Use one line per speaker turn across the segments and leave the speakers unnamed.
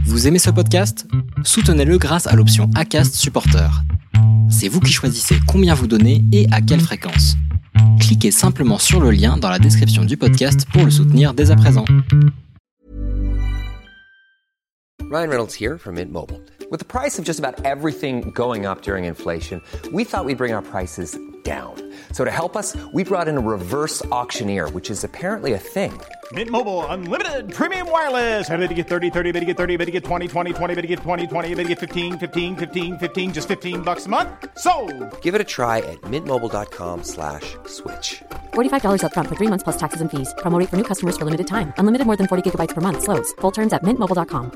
Vous aimez ce podcast ? Soutenez-le grâce à l'option Acast Supporter. C'est vous qui choisissez combien vous donnez et à quelle fréquence. Cliquez simplement sur le lien dans la description du podcast pour le soutenir dès à présent.
Ryan Reynolds here from Mint Mobile. With the price of just about everything going up during inflation, we thought we'd bring our prices down. So to help us, we brought in a reverse auctioneer, which is apparently a thing.
Mint Mobile Unlimited Premium Wireless. How to get 30, 30, how to get 30, how to get 20, 20, 20, how to get 20, 20, how to get 15, 15, 15, 15, just $15 a month? Sold!
Give it a try at mintmobile.com/switch.
$45 up front for 3 months plus taxes and fees. Promo rate for new customers for limited time. Unlimited more than 40 gigabytes per month. Slows full terms at mintmobile.com.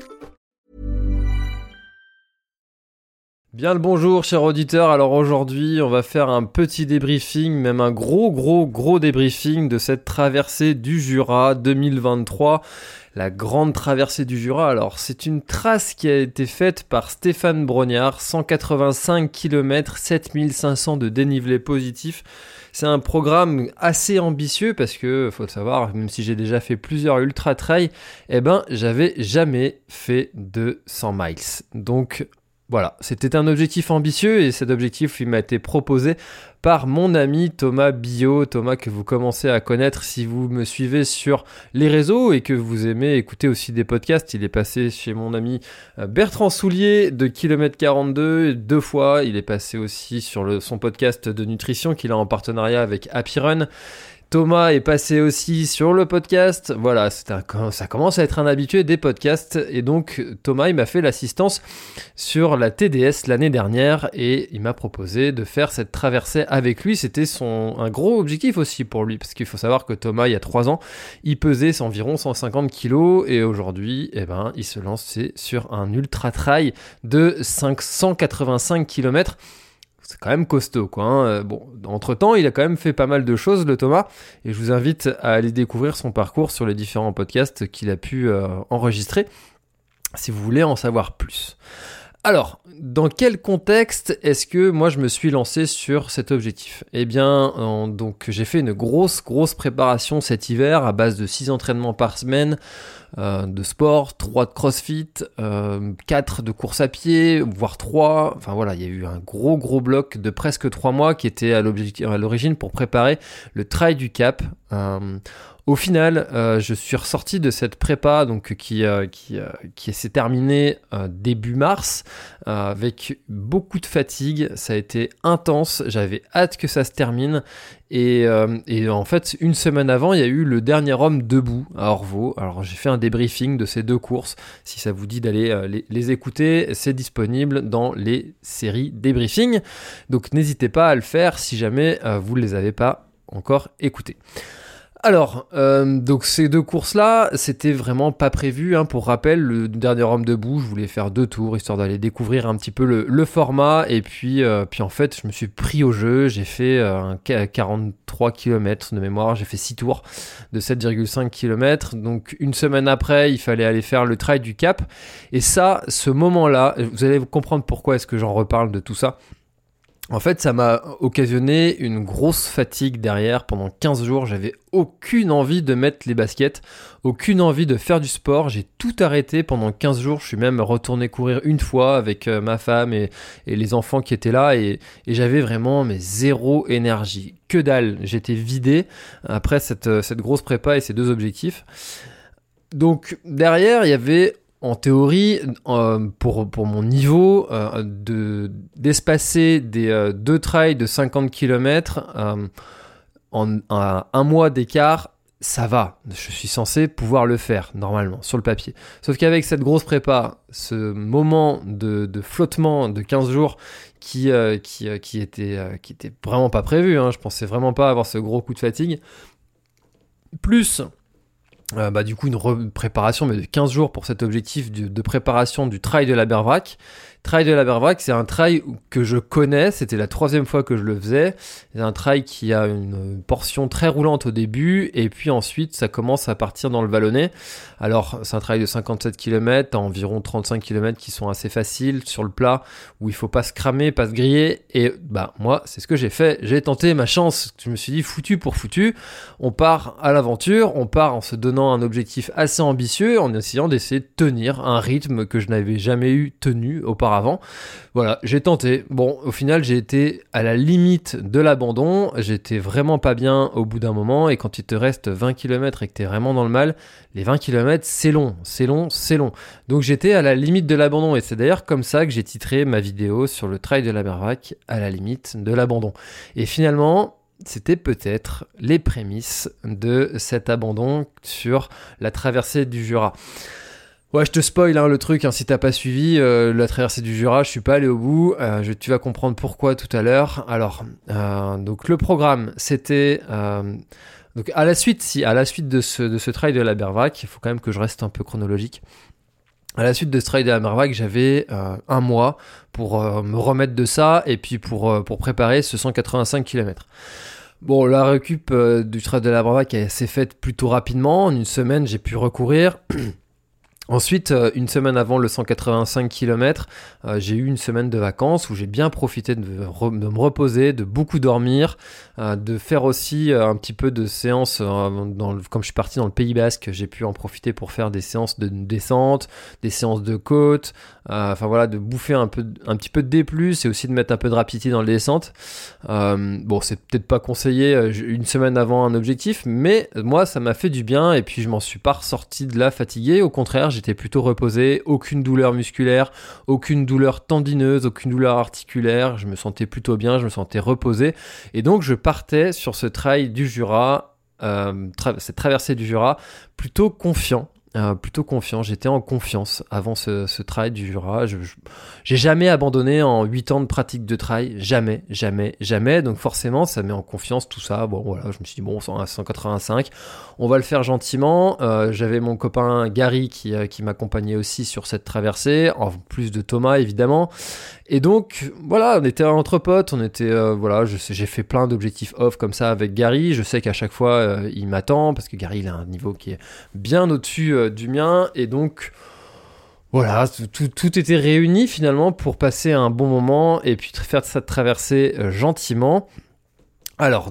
Bien le bonjour chers auditeurs, alors aujourd'hui on va faire un petit débriefing, même un gros débriefing de cette traversée du Jura 2023, la grande traversée du Jura. Alors c'est une trace qui a été faite par Stéphane Brognard, 185 km, 7500 de dénivelé positif. C'est un programme assez ambitieux parce que, faut le savoir, même si j'ai déjà fait plusieurs ultra trail, j'avais jamais fait de 100 miles. Donc voilà, c'était un objectif ambitieux et cet objectif il m'a été proposé par mon ami Thomas Billot, Thomas que vous commencez à connaître si vous me suivez sur les réseaux et que vous aimez écouter aussi des podcasts. Il est passé chez mon ami Bertrand Soulier de Kilomètre 42 2 fois. Il est passé aussi sur son podcast de nutrition qu'il a en partenariat avec Happy Run. Thomas est passé aussi sur le podcast, voilà, ça commence à être un habitué des podcasts et donc Thomas il m'a fait l'assistance sur la TDS l'année dernière et il m'a proposé de faire cette traversée avec lui. C'était un gros objectif aussi pour lui parce qu'il faut savoir que Thomas il y a 3 ans il pesait environ 150 kg et aujourd'hui il se lance sur un ultra trail de 585 km. C'est quand même costaud, quoi. Entre-temps, il a quand même fait pas mal de choses, le Thomas, et je vous invite à aller découvrir son parcours sur les différents podcasts qu'il a pu enregistrer, si vous voulez en savoir plus. Alors, dans quel contexte est-ce que moi je me suis lancé sur cet objectif ? Donc j'ai fait une grosse préparation cet hiver à base de 6 entraînements par semaine, de sport, 3 de crossfit, 4 de course à pied, voire 3. Enfin voilà, il y a eu un gros bloc de presque 3 mois qui était à l'origine pour préparer le Trail du Cap. Au final, je suis ressorti de cette prépa qui s'est terminée début mars avec beaucoup de fatigue. Ça a été intense. J'avais hâte que ça se termine. Et en fait, une semaine avant, il y a eu le dernier homme debout à Orvaux. Alors j'ai fait un débriefing de ces 2 courses. Si ça vous dit d'aller les écouter, c'est disponible dans les séries débriefing. Donc n'hésitez pas à le faire si jamais vous ne les avez pas encore écoutées. Alors, donc ces 2 courses-là, c'était vraiment pas prévu. Pour rappel, le dernier homme debout, je voulais faire 2 tours, histoire d'aller découvrir un petit peu le format. Et puis en fait, je me suis pris au jeu. J'ai fait 43 km de mémoire. J'ai fait 6 tours de 7,5 km. Donc, une semaine après, il fallait aller faire le Trail du Cap. Et ça, ce moment-là, vous allez comprendre pourquoi est-ce que j'en reparle de tout ça. En fait, ça m'a occasionné une grosse fatigue derrière. Pendant 15 jours, j'avais aucune envie de mettre les baskets, aucune envie de faire du sport. J'ai tout arrêté pendant 15 jours. Je suis même retourné courir une fois avec ma femme et les enfants qui étaient là. Et j'avais vraiment zéro énergie. Que dalle. J'étais vidé après cette grosse prépa et ces 2 objectifs. Donc derrière, il y avait... En théorie, pour mon niveau, d'espacer des 2 trails de 50 km en un mois d'écart, ça va. Je suis censé pouvoir le faire, normalement, sur le papier. Sauf qu'avec cette grosse prépa, ce moment de flottement de 15 jours qui était vraiment pas prévu, je pensais vraiment pas avoir ce gros coup de fatigue, plus... du coup une préparation de 15 jours pour cet objectif de préparation du Trail de la Berverac, Trail de la Bergerac, c'est un trail que je connais, c'était la 3e fois que je le faisais. C'est un trail qui a une portion très roulante au début, et puis ensuite ça commence à partir dans le vallonné. Alors c'est un trail de 57 km, environ 35 km qui sont assez faciles sur le plat, où il faut pas se cramer, pas se griller, et moi c'est ce que j'ai fait, j'ai tenté ma chance, je me suis dit foutu pour foutu, on part à l'aventure, on part en se donnant un objectif assez ambitieux, en essayant d'essayer de tenir un rythme que je n'avais jamais eu tenu auparavant. Voilà, j'ai tenté. Bon, au final, j'ai été à la limite de l'abandon, j'étais vraiment pas bien au bout d'un moment, et quand il te reste 20 km et que t'es vraiment dans le mal, les 20 km, c'est long. Donc j'étais à la limite de l'abandon, et c'est d'ailleurs comme ça que j'ai titré ma vidéo sur le trail de la Bergerac, à la limite de l'abandon. Et finalement, c'était peut-être les prémices de cet abandon sur la traversée du Jura. Ouais, je te spoil le truc, si t'as pas suivi la traversée du Jura, je suis pas allé au bout, tu vas comprendre pourquoi tout à l'heure. Alors, donc le programme, c'était... donc à la suite de ce trail de la Bergerac, il faut quand même que je reste un peu chronologique. À la suite de ce trail de la Bergerac, j'avais un mois pour me remettre de ça, et puis pour préparer ce 185 km. Bon, la récup du trail de la Bergerac, elle s'est faite plutôt rapidement. En une semaine, j'ai pu recourir. Ensuite, une semaine avant le 185 km, j'ai eu une semaine de vacances où j'ai bien profité de me reposer, de beaucoup dormir, de faire aussi un petit peu de séances, comme je suis parti dans le Pays Basque, j'ai pu en profiter pour faire des séances de descente, des séances de côte, de bouffer un petit peu de D+, et aussi de mettre un peu de rapidité dans les descentes. Bon, c'est peut-être pas conseillé une semaine avant un objectif, mais moi, ça m'a fait du bien, et puis je m'en suis pas ressorti de là fatigué. Au contraire, j'étais plutôt reposé, aucune douleur musculaire, aucune douleur tendineuse, aucune douleur articulaire, je me sentais plutôt bien, je me sentais reposé, et donc je partais sur ce trail du Jura, cette traversée du Jura, plutôt confiant, j'étais en confiance avant ce trail du Jura. J'ai jamais abandonné en 8 ans de pratique de trail, jamais, donc forcément ça met en confiance tout ça. Bon voilà, je me suis dit bon, 185, on va le faire gentiment. J'avais mon copain Gary qui m'accompagnait aussi sur cette traversée, en plus de Thomas évidemment. Et donc voilà, on était entre potes, j'ai fait plein d'objectifs off comme ça avec Gary. Je sais qu'à chaque fois il m'attend, parce que Gary il a un niveau qui est bien au-dessus du mien, et donc voilà, tout était réuni finalement pour passer un bon moment et puis faire cette traversée gentiment. Alors,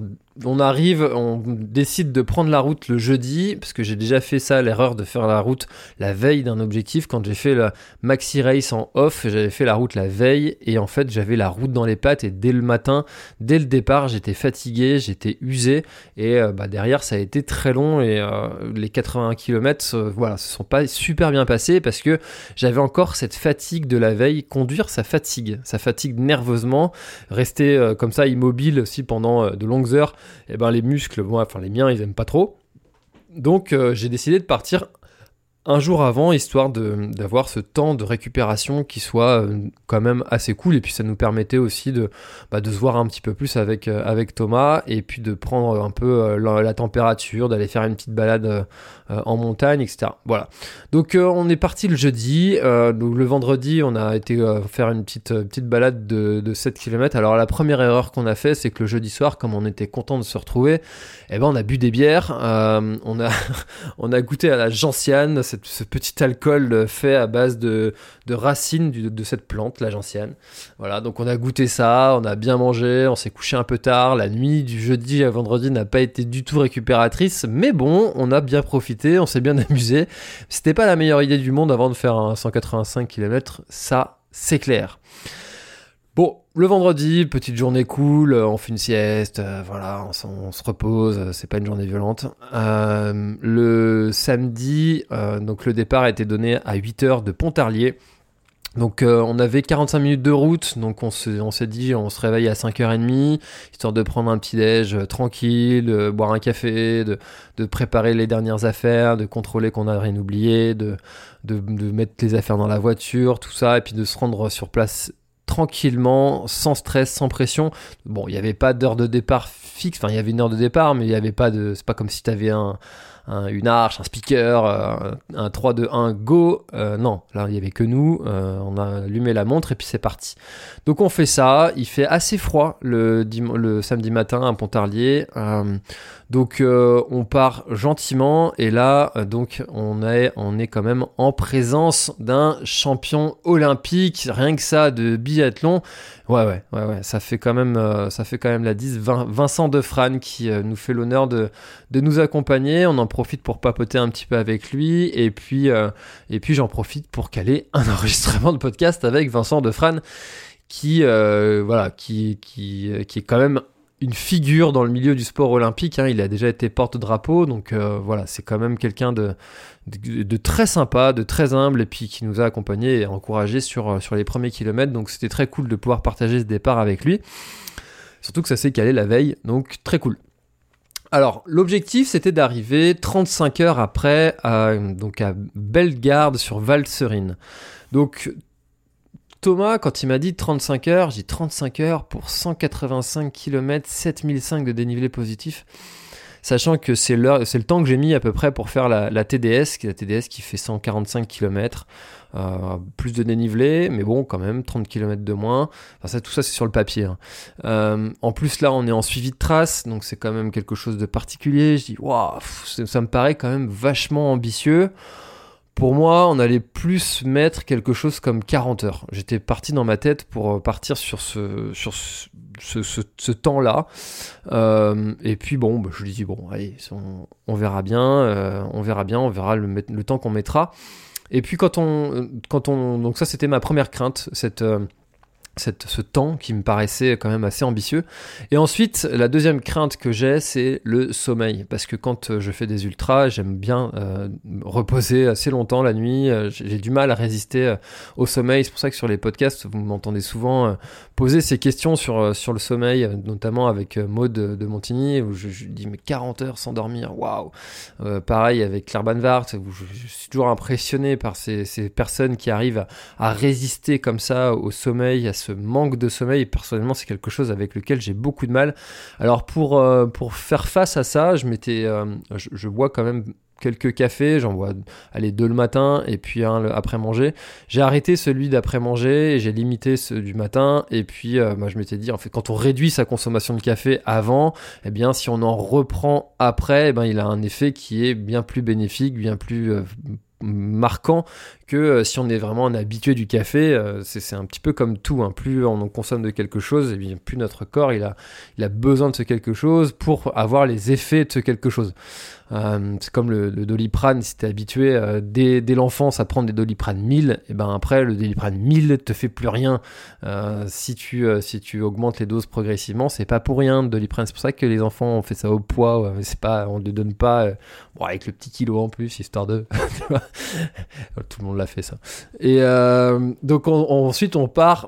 on décide de prendre la route le jeudi, parce que j'ai déjà fait ça, l'erreur de faire la route la veille d'un objectif. Quand j'ai fait le Maxi Race en off, j'avais fait la route la veille, et en fait j'avais la route dans les pattes, et dès le matin, dès le départ, j'étais fatigué, j'étais usé, et derrière ça a été très long, et les 80 km se sont pas super bien passés, parce que j'avais encore cette fatigue de la veille. Conduire, ça fatigue nerveusement, rester comme ça immobile aussi pendant de longues heures, les muscles, les miens ils aiment pas trop, donc j'ai décidé de partir un jour avant, histoire d'avoir ce temps de récupération qui soit quand même assez cool, et puis ça nous permettait aussi de se voir un petit peu plus avec Thomas, et puis de prendre un peu la température, d'aller faire une petite balade en montagne, etc. Voilà. Donc on est parti le jeudi, donc le vendredi on a été faire une petite balade de 7 km. Alors la première erreur qu'on a fait, c'est que le jeudi soir, comme on était content de se retrouver, on a bu des bières, on a goûté à la gentiane, ce petit alcool fait à base de racines de cette plante, la gentiane. Voilà, donc on a goûté ça, on a bien mangé, on s'est couché un peu tard. La nuit du jeudi à vendredi n'a pas été du tout récupératrice, mais bon, on a bien profité, on s'est bien amusé. C'était pas la meilleure idée du monde avant de faire un 185 km, ça c'est clair. Bon, le vendredi, petite journée cool, on fait une sieste, on se repose, c'est pas une journée violente. Le samedi, donc le départ a été donné à 8h de Pontarlier. Donc on avait 45 minutes de route, donc on s'est dit on se réveille à 5h30, histoire de prendre un petit déj tranquille, boire un café, de préparer les dernières affaires, de contrôler qu'on n'a rien oublié, de mettre les affaires dans la voiture, tout ça, et puis de se rendre sur place tranquillement, sans stress, sans pression. Bon, il n'y avait pas d'heure de départ fixe, il y avait une heure de départ, mais il n'y avait pas c'est pas comme si tu avais un une arche, un speaker, un 3-2-1 go. Non, là il y avait que nous. On a allumé la montre et puis c'est parti. Donc on fait ça. Il fait assez froid le samedi matin à Pontarlier. Donc on part gentiment et là donc on est quand même en présence d'un champion olympique, rien que ça, de biathlon. Ouais, ça fait quand même la 10. Vincent Defrane qui nous fait l'honneur de nous accompagner. On en profite pour papoter un petit peu avec lui et puis j'en profite pour caler un enregistrement de podcast avec Vincent Defrane qui est quand même une figure dans le milieu du sport olympique, hein. Il a déjà été porte-drapeau, donc voilà, c'est quand même quelqu'un de très sympa, de très humble, et puis qui nous a accompagnés et encouragés sur les premiers kilomètres, donc c'était très cool de pouvoir partager ce départ avec lui, surtout que ça s'est calé la veille, donc très cool. Alors, l'objectif, c'était d'arriver 35 heures après à Bellegarde sur Valserine. Donc, Thomas, quand il m'a dit 35 heures, j'ai dit 35 heures pour 185 km, 7005 de dénivelé positif, sachant que c'est le temps que j'ai mis à peu près pour faire la TDS qui fait 145 km, plus de dénivelé, mais bon, quand même, 30 km de moins. Enfin, tout ça, c'est sur le papier, hein. En plus, là, on est en suivi de trace, donc c'est quand même quelque chose de particulier. Je dis, waouh, ça me paraît quand même vachement ambitieux. Pour moi, on allait plus mettre quelque chose comme 40 heures. J'étais parti dans ma tête pour partir sur ce temps-là. Et puis bon, je lui dis bon, allez, on verra bien, on verra le temps qu'on mettra. Et puis donc ça, c'était ma première crainte, ce temps qui me paraissait quand même assez ambitieux. Et ensuite, la deuxième crainte que j'ai, c'est le sommeil. Parce que quand je fais des ultras, j'aime bien reposer assez longtemps la nuit. J'ai du mal à résister au sommeil. C'est pour ça que sur les podcasts, vous m'entendez souvent poser ces questions sur le sommeil, notamment avec Maud de Montigny, où je dis mais 40 heures sans dormir, waouh. Pareil avec Claire Banvart, où je suis toujours impressionné par ces personnes qui arrivent à résister comme ça au sommeil, à ce manque de sommeil. Et personnellement, c'est quelque chose avec lequel j'ai beaucoup de mal. Alors pour faire face à ça, je bois quand même quelques cafés, j'en bois 2 le matin et puis un après manger. J'ai arrêté celui d'après manger et j'ai limité ceux du matin, et puis je m'étais dit en fait quand on réduit sa consommation de café avant, eh bien si on en reprend après, il a un effet qui est bien plus bénéfique, bien plus marquant que si on est vraiment un habitué du café. C'est un petit peu comme tout, hein. Plus on en consomme de quelque chose, et bien plus notre corps il a besoin de ce quelque chose pour avoir les effets de ce quelque chose. C'est comme le Doliprane. Si t'es habitué dès l'enfance à prendre des Doliprane 1000, et après le Doliprane 1000 te fait plus rien. Si tu augmentes les doses progressivement, c'est pas pour rien de Doliprane. C'est pour ça que les enfants on fait ça au poids, on ne donne pas avec le petit kilo en plus, histoire de tout le monde l'a fait ça. Et donc ensuite on part.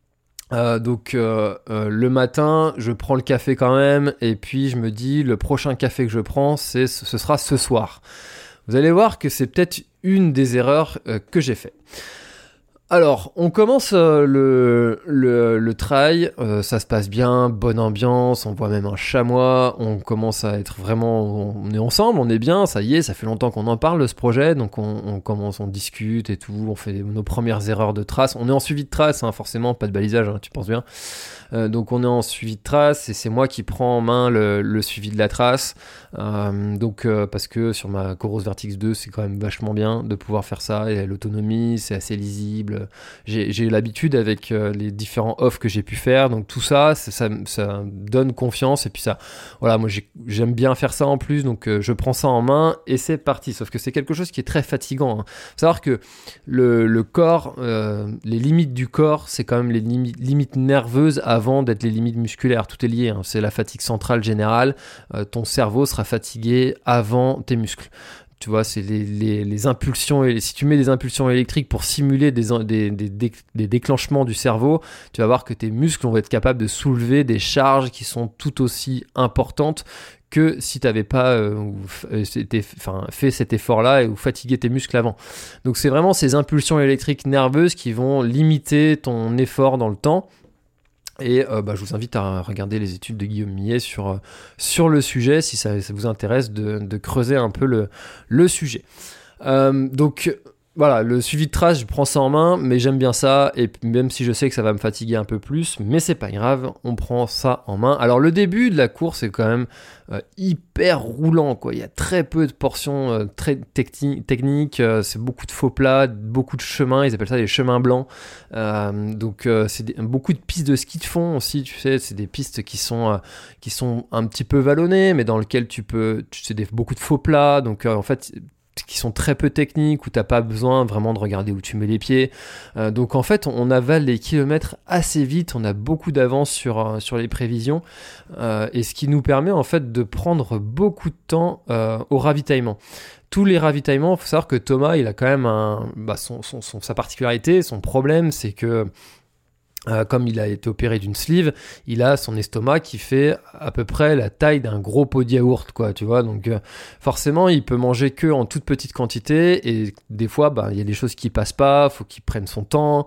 Le matin, je prends le café quand même, et puis je me dis le prochain café que je prends, ce sera ce soir. Vous allez voir que c'est peut-être une des erreurs que j'ai fait. Alors, on commence le trail, ça se passe bien, bonne ambiance, on voit même un chamois, on commence à être vraiment, on est ensemble, on est bien, ça y est, ça fait longtemps qu'on en parle de ce projet, donc on commence, on discute et tout, on fait nos premières erreurs de trace, on est en suivi de trace, hein, forcément, pas de balisage, hein, tu penses bien. Donc on est en suivi de trace et c'est moi qui prends en main le suivi de la trace, parce que sur ma Coros Vertix 2 c'est quand même vachement bien de pouvoir faire ça, et l'autonomie c'est assez lisible, j'ai l'habitude avec les différents offs que j'ai pu faire, donc tout ça donne confiance, et puis ça, voilà, moi j'aime bien faire ça en plus, donc je prends ça en main et c'est parti. Sauf que c'est quelque chose qui est très fatigant, hein. Faut savoir que le corps, les limites du corps, c'est quand même les limites nerveuses avant d'être les limites musculaires. Tout est lié, hein. C'est la fatigue centrale générale. Ton cerveau sera fatigué avant tes muscles. Tu vois, c'est les impulsions, et si tu mets des impulsions électriques pour simuler des déclenchements du cerveau, tu vas voir que tes muscles vont être capables de soulever des charges qui sont tout aussi importantes que si tu n'avais pas fait cet effort-là ou fatigué tes muscles avant. Donc c'est vraiment ces impulsions électriques nerveuses qui vont limiter ton effort dans le temps. Et je vous invite à regarder les études de Guillaume Millet sur le sujet, si ça vous intéresse de creuser un peu le sujet. Donc voilà, le suivi de trace, je prends ça en main, mais j'aime bien ça, et même si je sais que ça va me fatiguer un peu plus, mais c'est pas grave, on prend ça en main. Alors le début de la course est quand même hyper roulant, quoi. Il y a très peu de portions très techniques, c'est beaucoup de faux plats, beaucoup de chemins, ils appellent ça les chemins blancs. C'est beaucoup de pistes de ski de fond aussi, tu sais, c'est des pistes qui sont un petit peu vallonnées, mais dans lesquelles beaucoup de faux plats, donc en fait qui sont très peu techniques, où t'as pas besoin vraiment de regarder où tu mets les pieds. Donc en fait, on avale les kilomètres assez vite, on a beaucoup d'avance sur les prévisions, et ce qui nous permet en fait de prendre beaucoup de temps au ravitaillement. Tous les ravitaillements, il faut savoir que Thomas, il a quand même sa particularité, son problème, c'est que comme il a été opéré d'une sleeve, il a son estomac qui fait à peu près la taille d'un gros pot de yaourt, quoi, tu vois. Donc forcément, il peut manger que en toute petite quantité, et des fois, il y a des choses qui passent pas, faut qu'il prenne son temps.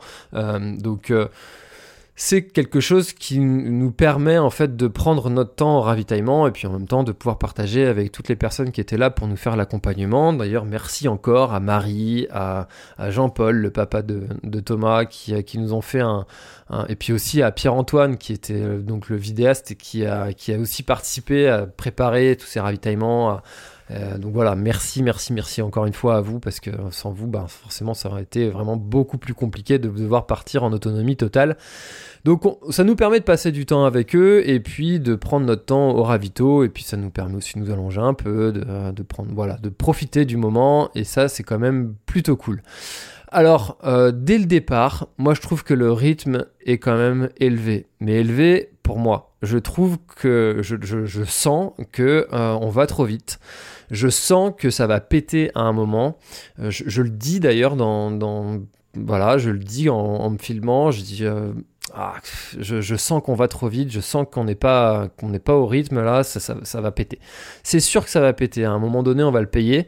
C'est quelque chose qui nous permet en fait de prendre notre temps au ravitaillement et puis en même temps de pouvoir partager avec toutes les personnes qui étaient là pour nous faire l'accompagnement. D'ailleurs, merci encore à Marie, à Jean-Paul, le papa de Thomas, qui nous ont fait et puis aussi à Pierre-Antoine, qui était donc le vidéaste et qui a aussi participé à préparer tous ces ravitaillements. Donc voilà, merci encore une fois à vous, parce que sans vous, forcément, ça aurait été vraiment beaucoup plus compliqué de devoir partir en autonomie totale. Donc ça nous permet de passer du temps avec eux et puis de prendre notre temps au ravito, et puis ça nous permet aussi de nous allonger un peu, de profiter du moment, et ça c'est quand même plutôt cool. Alors dès le départ, moi je trouve que le rythme est quand même élevé, mais élevé pour moi. Je trouve que je sens que on va trop vite. Je sens que ça va péter à un moment. Je le dis d'ailleurs je le dis en me filmant. Je dis je sens qu'on va trop vite. Je sens qu'on n'est pas au rythme là. Ça va péter. C'est sûr que ça va péter. À un moment donné, on va le payer.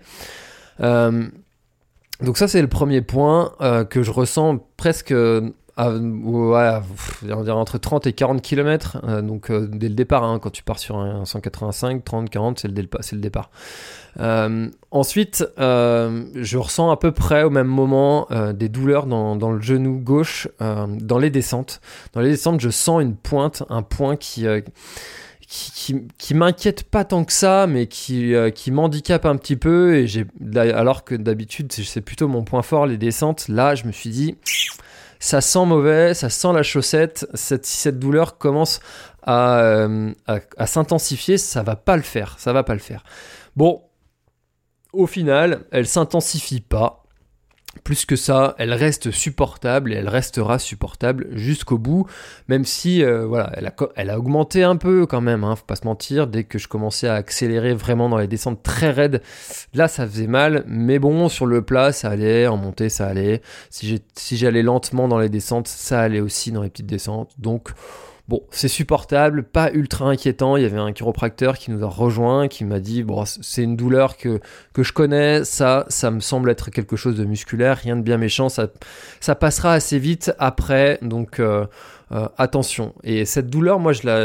Donc ça c'est le premier point que je ressens presque. On va dire entre 30 et 40 km, dès le départ, quand tu pars sur un 185, 30, 40, c'est le départ. Ensuite, je ressens à peu près au même moment des douleurs dans le genou gauche, dans les descentes. Dans les descentes, je sens un point qui m'inquiète pas tant que ça, mais qui m'handicape un petit peu, alors que d'habitude c'est plutôt mon point fort, les descentes. Là, je me suis dit, ça sent mauvais, ça sent la chaussette. Si cette douleur commence à s'intensifier, ça va pas le faire. Bon, au final, elle s'intensifie pas. Plus que ça, elle reste supportable, et elle restera supportable jusqu'au bout, même si elle a augmenté un peu quand même, faut pas se mentir. Dès que je commençais à accélérer vraiment dans les descentes très raides, là ça faisait mal, mais bon, sur le plat ça allait, en montée ça allait, si j'allais lentement dans les descentes, ça allait aussi dans les petites descentes. Donc bon, c'est supportable, pas ultra inquiétant. Il y avait un chiropracteur qui nous a rejoint, qui m'a dit c'est une douleur que je connais, ça me semble être quelque chose de musculaire, rien de bien méchant, ça passera assez vite après, donc attention. Et cette douleur, moi je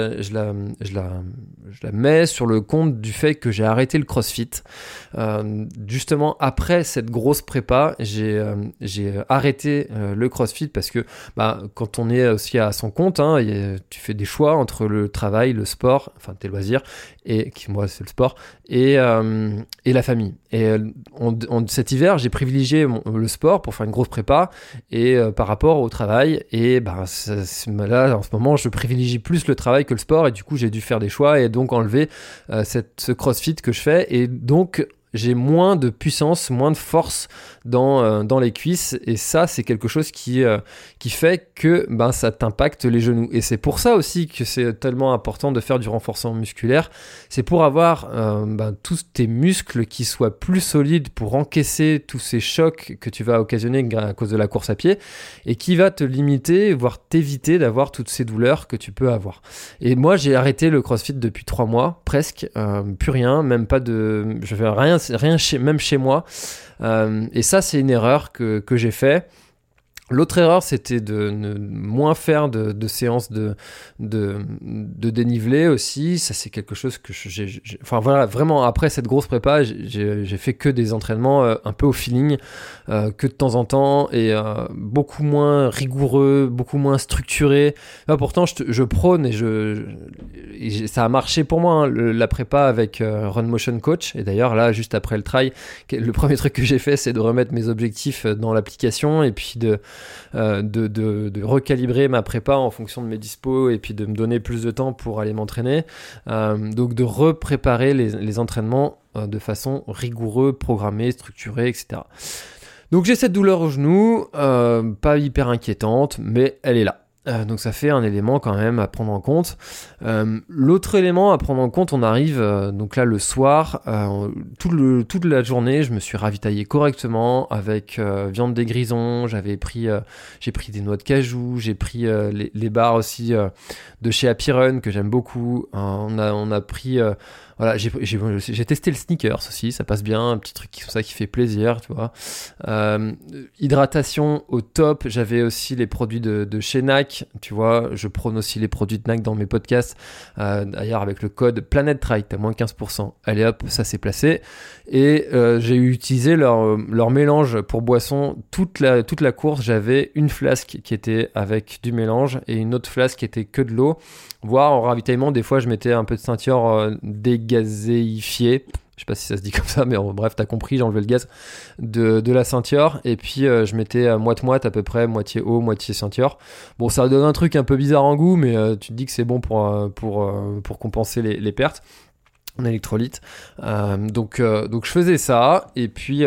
la mets sur le compte du fait que j'ai arrêté le CrossFit. Justement après cette grosse prépa, j'ai arrêté le CrossFit, parce que quand on est aussi à son compte, tu fais des choix entre le travail, le sport, enfin tes loisirs, et moi c'est le sport, et la famille. Et cet hiver, j'ai privilégié le sport pour faire une grosse prépa, et par rapport au travail, et là en ce moment je privilégie plus le travail que le sport, et du coup j'ai dû faire des choix et donc enlever ce CrossFit que je fais, et donc j'ai moins de puissance, moins de force dans les cuisses, et ça c'est quelque chose qui fait que ça t'impacte les genoux. Et c'est pour ça aussi que c'est tellement important de faire du renforcement musculaire. C'est pour avoir tous tes muscles qui soient plus solides pour encaisser tous ces chocs que tu vas occasionner à cause de la course à pied, et qui va te limiter, voire t'éviter d'avoir toutes ces douleurs que tu peux avoir. Et moi j'ai arrêté le CrossFit depuis 3 mois presque, plus rien, même pas je fais rien même chez moi, et ça c'est une erreur que j'ai fait. L'autre erreur, c'était de ne moins faire de séances de dénivelé aussi. Ça, c'est quelque chose que enfin voilà, vraiment, après cette grosse prépa, j'ai fait que des entraînements un peu au feeling, que de temps en temps, et beaucoup moins rigoureux, beaucoup moins structuré. Là, pourtant, je prône et ça a marché pour moi, hein, la prépa avec Run Motion Coach. Et d'ailleurs, là, juste après le trail, le premier truc que j'ai fait, c'est de remettre mes objectifs dans l'application et puis de recalibrer ma prépa en fonction de mes dispos et puis de me donner plus de temps pour aller m'entraîner, donc de repréparer les entraînements de façon rigoureuse, programmée, structurée, etc. Donc j'ai cette douleur au genou, pas hyper inquiétante, mais elle est là. Donc ça fait un élément quand même à prendre en compte. L'autre élément à prendre en compte, on arrive donc là le soir, toute la journée, je me suis ravitaillé correctement avec viande des grisons. J'ai pris des noix de cajou, j'ai pris les barres aussi de chez Happy Run que j'aime beaucoup. On a pris voilà, j'ai testé le sneakers aussi, ça passe bien, un petit truc comme ça qui fait plaisir, tu vois. Hydratation au top, j'avais aussi les produits de chez NAC, tu vois, je prône aussi les produits de NAC dans mes podcasts, d'ailleurs avec le code Planet Trail, t'as moins 15%, allez hop, ça s'est placé, et j'ai utilisé leur mélange pour boisson toute la course. J'avais une flasque qui était avec du mélange et une autre flasque qui était que de l'eau, voire en ravitaillement, des fois je mettais un peu de ceinture dégazéifiée, je sais pas si ça se dit comme ça, mais bref, t'as compris, j'ai enlevé le gaz de la ceinture, et puis je mettais moite-moite à peu près, moitié eau, moitié ceinture. Bon, ça donne un truc un peu bizarre en goût, mais tu te dis que c'est bon pour compenser les pertes en électrolytes. Donc je faisais ça, et puis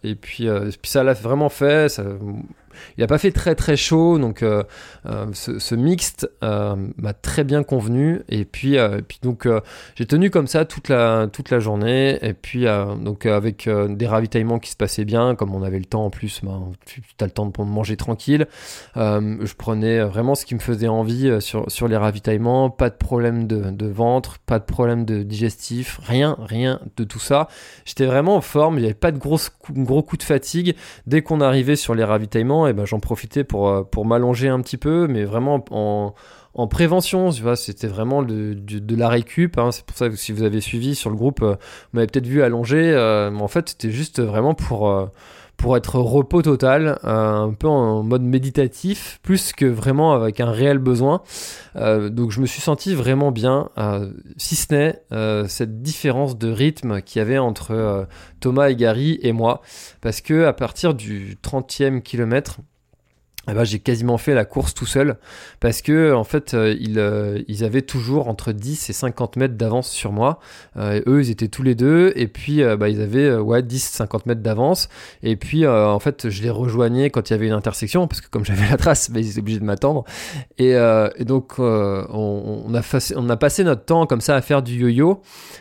ça l'a vraiment fait. Il n'a pas fait très très chaud, donc ce mixte m'a très bien convenu, et puis donc j'ai tenu comme ça toute la journée, et puis donc avec des ravitaillements qui se passaient bien, comme on avait le temps en plus, tu as le temps de manger tranquille. Je prenais vraiment ce qui me faisait envie sur les ravitaillements, pas de problème de ventre, pas de problème de digestif, rien de tout ça. J'étais vraiment en forme, il n'y avait pas de gros coups de fatigue. Dès qu'on arrivait sur les ravitaillements, et ben j'en profitais pour m'allonger un petit peu, mais vraiment en prévention, tu vois, c'était vraiment de la récup, hein. C'est pour ça que si vous avez suivi sur le groupe, vous m'avez peut-être vu allonger, mais en fait c'était juste vraiment pour être repos total, un peu en mode méditatif, plus que vraiment avec un réel besoin. Donc je me suis senti vraiment bien, si ce n'est cette différence de rythme qu'il y avait entre Thomas et Gary et moi, parce que à partir du 30e kilomètre, j'ai quasiment fait la course tout seul, parce que en fait ils avaient toujours entre 10 et 50 mètres d'avance sur moi, et eux ils étaient tous les deux, et puis ils avaient 10-50 mètres d'avance, et puis en fait je les rejoignais quand il y avait une intersection, parce que comme j'avais la trace, ils étaient obligés de m'attendre, et donc on a passé notre temps comme ça à faire du yo-yo,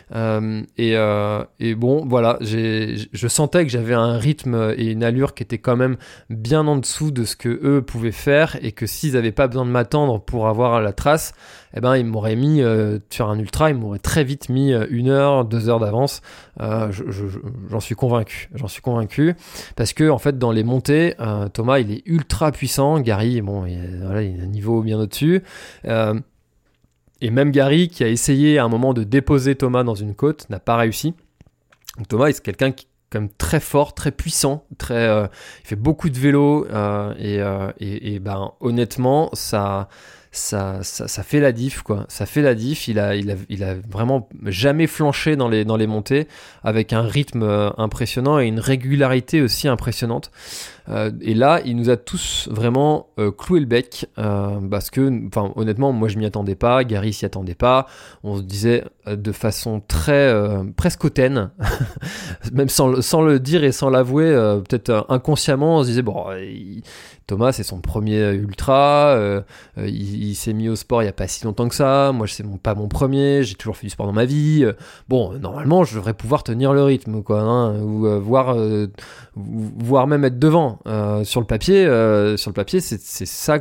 et bon voilà, je sentais que j'avais un rythme et une allure qui était quand même bien en dessous de ce que eux pouvaient faire, et que s'ils n'avaient pas besoin de m'attendre pour avoir la trace, ils m'auraient mis sur un ultra, ils m'auraient très vite mis 1 heure, 2 heures d'avance. J'en suis convaincu, parce que en fait dans les montées, Thomas il est ultra puissant, Gary bon il a un niveau bien au-dessus, et même Gary qui a essayé à un moment de déposer Thomas dans une côte n'a pas réussi. Donc Thomas c'est quelqu'un qui comme très fort, très puissant, il fait beaucoup de vélo, et honnêtement ça fait la diff, quoi. Ça fait la diff. Il a vraiment jamais flanché dans les montées, avec un rythme impressionnant et une régularité aussi impressionnante. Et là, il nous a tous vraiment cloué le bec, parce que, honnêtement, moi je m'y attendais pas, Gary s'y attendait pas. On se disait de façon très presque hautaine, même sans le dire et sans l'avouer, peut-être inconsciemment, on se disait bon, Thomas c'est son premier ultra, il s'est mis au sport il y a pas si longtemps que ça. Moi c'est pas mon premier, j'ai toujours fait du sport dans ma vie. Bon, normalement je devrais pouvoir tenir le rythme, quoi, hein, ou voire même être devant. Sur le papier, c'est ça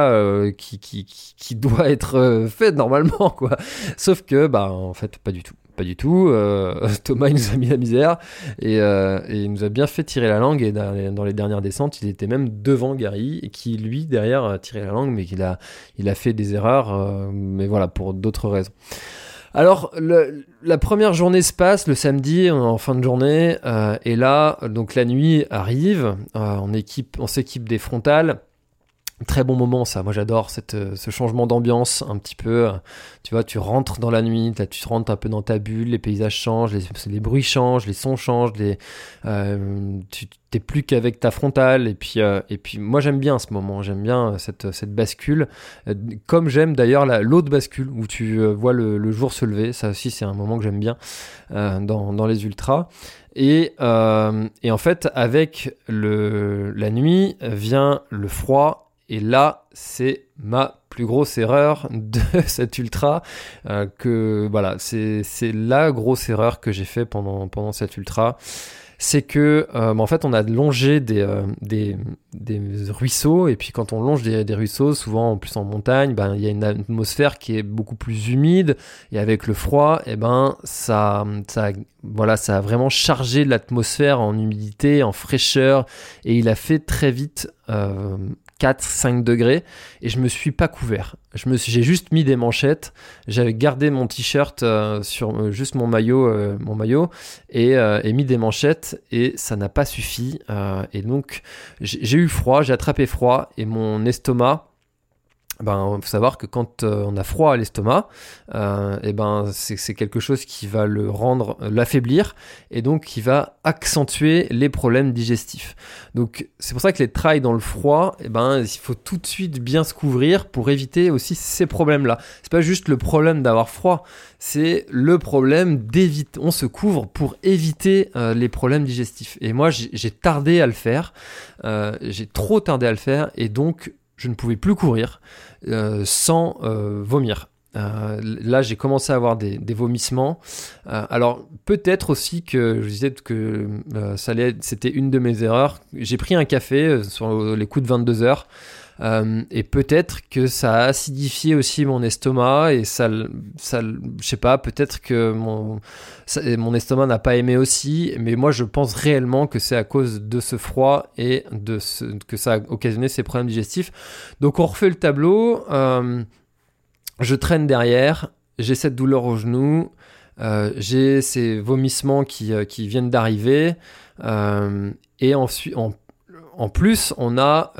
qui doit être fait normalement, quoi. Sauf que en fait pas du tout. pas du tout. Thomas, il nous a mis la misère et il nous a bien fait tirer la langue. Et dans les dernières descentes, il était même devant Gary, qui lui derrière a tiré la langue, mais il a fait des erreurs, mais voilà, pour d'autres raisons. Alors, la première journée se passe le samedi en fin de journée, et là, donc la nuit arrive, on s'équipe des frontales. Très bon moment ça, moi j'adore ce changement d'ambiance un petit peu, tu vois, tu rentres dans la nuit, là, tu rentres un peu dans ta bulle, les paysages changent, les bruits changent, les sons changent, tu t'es plus qu'avec ta frontale, et puis moi j'aime bien ce moment, j'aime bien cette bascule, comme j'aime d'ailleurs l'autre bascule où tu vois le jour se lever, ça aussi c'est un moment que j'aime bien dans les ultras. Et en fait avec la nuit vient le froid. Et là, c'est ma plus grosse erreur de cet ultra, c'est la grosse erreur que j'ai fait pendant cet ultra. C'est que, en fait, on a longé des ruisseaux, et puis quand on longe des ruisseaux, souvent en plus en montagne, il y a une atmosphère qui est beaucoup plus humide, et avec le froid, ça a vraiment chargé l'atmosphère en humidité, en fraîcheur, et il a fait très vite 4-5 degrés, et je me suis pas couvert. J'ai juste mis des manchettes, j'avais gardé mon t-shirt sur juste mon maillot et mis des manchettes, et ça n'a pas suffi, et donc j'ai eu froid, j'ai attrapé froid, et mon estomac, faut savoir que quand on a froid à l'estomac, c'est quelque chose qui va l'affaiblir, et donc qui va accentuer les problèmes digestifs. Donc c'est pour ça que les trails dans le froid, il faut tout de suite bien se couvrir pour éviter aussi ces problèmes-là. C'est pas juste le problème d'avoir froid, c'est le problème d'éviter. On se couvre pour éviter les problèmes digestifs. Et moi j'ai tardé à le faire, j'ai trop tardé à le faire, et donc je ne pouvais plus courir sans vomir. Là, j'ai commencé à avoir des vomissements. Alors, peut-être aussi que je disais que c'était une de mes erreurs. J'ai pris un café sur les coups de 22h. Et peut-être que ça a acidifié aussi mon estomac, et ça je sais pas, peut-être que mon estomac n'a pas aimé aussi, mais moi je pense réellement que c'est à cause de ce froid et que ça a occasionné ces problèmes digestifs. Donc on refait le tableau, je traîne derrière, j'ai cette douleur au genou, j'ai ces vomissements qui viennent d'arriver, et ensuite en plus, on a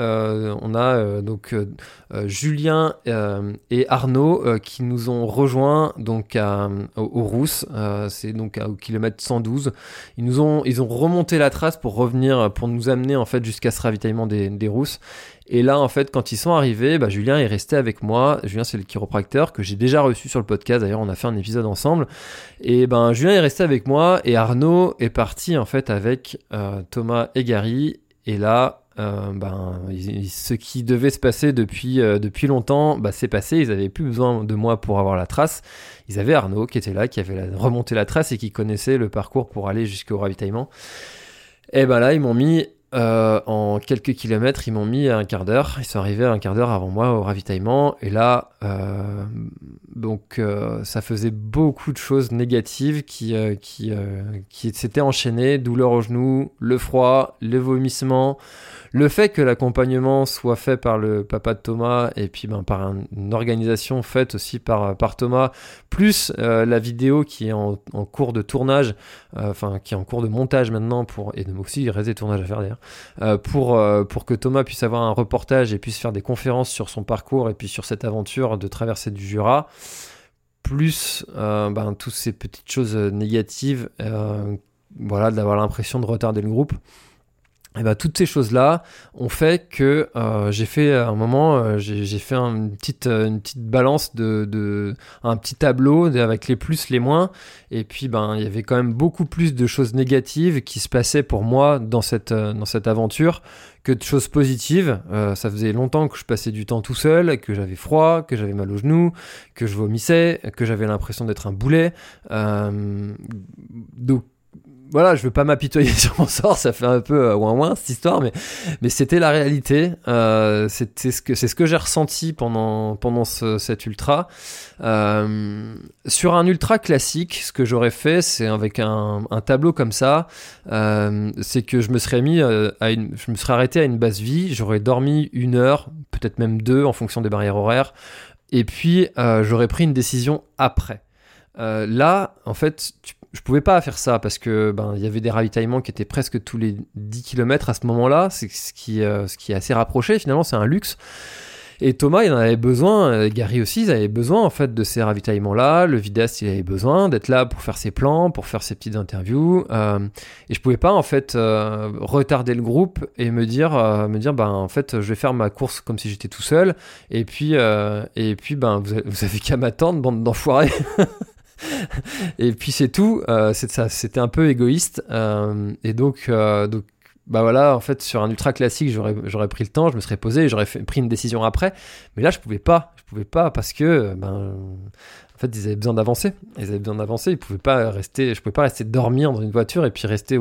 Julien et Arnaud qui nous ont rejoints donc aux Rousses, c'est donc au kilomètre 112. Ils ont remonté la trace pour nous amener en fait jusqu'à ce ravitaillement des Rousses. Et là, en fait, quand ils sont arrivés, Julien est resté avec moi. Julien, c'est le chiropracteur que j'ai déjà reçu sur le podcast. D'ailleurs, on a fait un épisode ensemble. Et Julien est resté avec moi, et Arnaud est parti en fait avec Thomas et Gary. Et là, ce qui devait se passer depuis longtemps, c'est passé. Ils n'avaient plus besoin de moi pour avoir la trace. Ils avaient Arnaud qui était là, qui avait remonté la trace et qui connaissait le parcours pour aller jusqu'au ravitaillement. Et là, ils m'ont mis en quelques kilomètres, ils m'ont mis à un quart d'heure. Ils sont arrivés à un quart d'heure avant moi au ravitaillement. Et là, ça faisait beaucoup de choses négatives qui s'étaient enchaînées. Douleur au genou, le froid, le vomissement, le fait que l'accompagnement soit fait par le papa de Thomas, et puis par une organisation faite aussi par Thomas, plus la vidéo qui est en cours de tournage, qui est en cours de montage maintenant, et aussi il reste des tournages à faire d'ailleurs, pour que Thomas puisse avoir un reportage et puisse faire des conférences sur son parcours et puis sur cette aventure de traversée du Jura, plus toutes ces petites choses négatives, d'avoir l'impression de retarder le groupe. Et toutes ces choses-là ont fait que j'ai fait à un moment, j'ai fait une petite balance un petit tableau avec les plus, les moins, et puis il y avait quand même beaucoup plus de choses négatives qui se passaient pour moi dans cette aventure que de choses positives. Ça faisait longtemps que je passais du temps tout seul, que j'avais froid, que j'avais mal aux genoux, que je vomissais, que j'avais l'impression d'être un boulet. Donc voilà, je veux pas m'apitoyer sur mon sort, ça fait un peu ouin cette histoire, mais c'était la réalité. C'est ce que j'ai ressenti pendant cet ultra. Sur un ultra classique, ce que j'aurais fait, c'est avec un tableau comme ça, c'est que je me serais je me serais arrêté à une base vie, j'aurais dormi 1 heure, peut-être même 2 en fonction des barrières horaires, et puis j'aurais pris une décision après. Là, en fait, je pouvais pas faire ça parce que il y avait des ravitaillements qui étaient presque tous les 10 km à ce moment-là. C'est ce qui est assez rapproché. Finalement, c'est un luxe. Et Thomas, il en avait besoin. Gary aussi, ils avaient besoin en fait de ces ravitaillements-là. Le vidéaste, il avait besoin d'être là pour faire ses plans, pour faire ses petites interviews. Et je pouvais pas en fait retarder le groupe et me dire en fait, je vais faire ma course comme si j'étais tout seul. Et puis vous avez qu'à m'attendre, bande d'enfoirés. Et puis c'est tout. C'était un peu égoïste. Et donc voilà, en fait, sur un ultra classique, j'aurais pris le temps, je me serais posé et j'aurais pris une décision après. Mais là, je pouvais pas parce que, en fait, ils avaient besoin d'avancer. Ils pouvaient pas rester, je pouvais pas rester dormir dans une voiture et puis rester au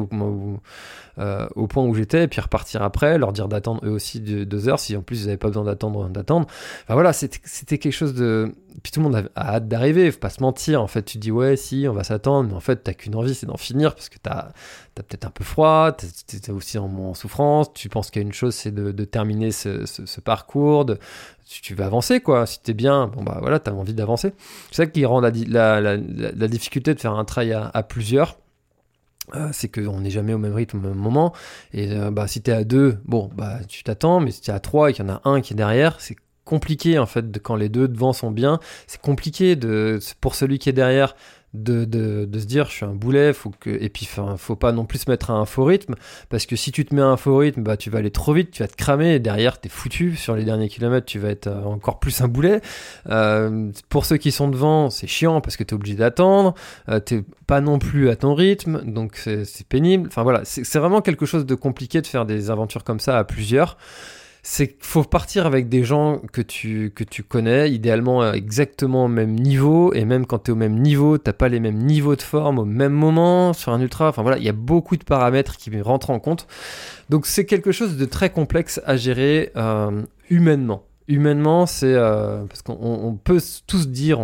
point où j'étais et puis repartir après, leur dire d'attendre eux aussi 2 heures si en plus ils n'avaient pas besoin d'attendre. Enfin voilà, c'était quelque chose de... Puis tout le monde a hâte d'arriver, faut pas se mentir. En fait, tu dis ouais, si, on va s'attendre, mais en fait, t'as qu'une envie, c'est d'en finir parce que t'as peut-être un peu froid, t'es aussi en souffrance, tu penses qu'il y a une chose, c'est de terminer ce parcours, tu veux avancer quoi. Si t'es bien, voilà, t'as envie d'avancer. C'est ça qui rend la difficulté de faire un trail à plusieurs. C'est qu'on n'est jamais au même rythme au même moment. Et si t'es à 2, tu t'attends, mais si t'es à 3 et qu'il y en a un qui est derrière, c'est compliqué en fait quand les 2 devant sont bien. C'est compliqué pour celui qui est derrière de se dire je suis un boulet, et puis faut pas non plus se mettre à un faux rythme, parce que si tu te mets à un faux rythme, tu vas aller trop vite, tu vas te cramer et derrière t'es foutu. Sur les derniers kilomètres tu vas être encore plus un boulet. Pour ceux qui sont devant, c'est chiant parce que t'es obligé d'attendre, t'es pas non plus à ton rythme, donc c'est pénible. Enfin voilà, c'est vraiment quelque chose de compliqué de faire des aventures comme ça à plusieurs. C'est qu'il faut partir avec des gens que tu connais, idéalement exactement au même niveau, et même quand tu es au même niveau, t'as pas les mêmes niveaux de forme au même moment sur un ultra. Enfin voilà, il y a beaucoup de paramètres qui rentrent en compte. Donc c'est quelque chose de très complexe à gérer humainement. Humainement, c'est parce qu'on peut tous se dire,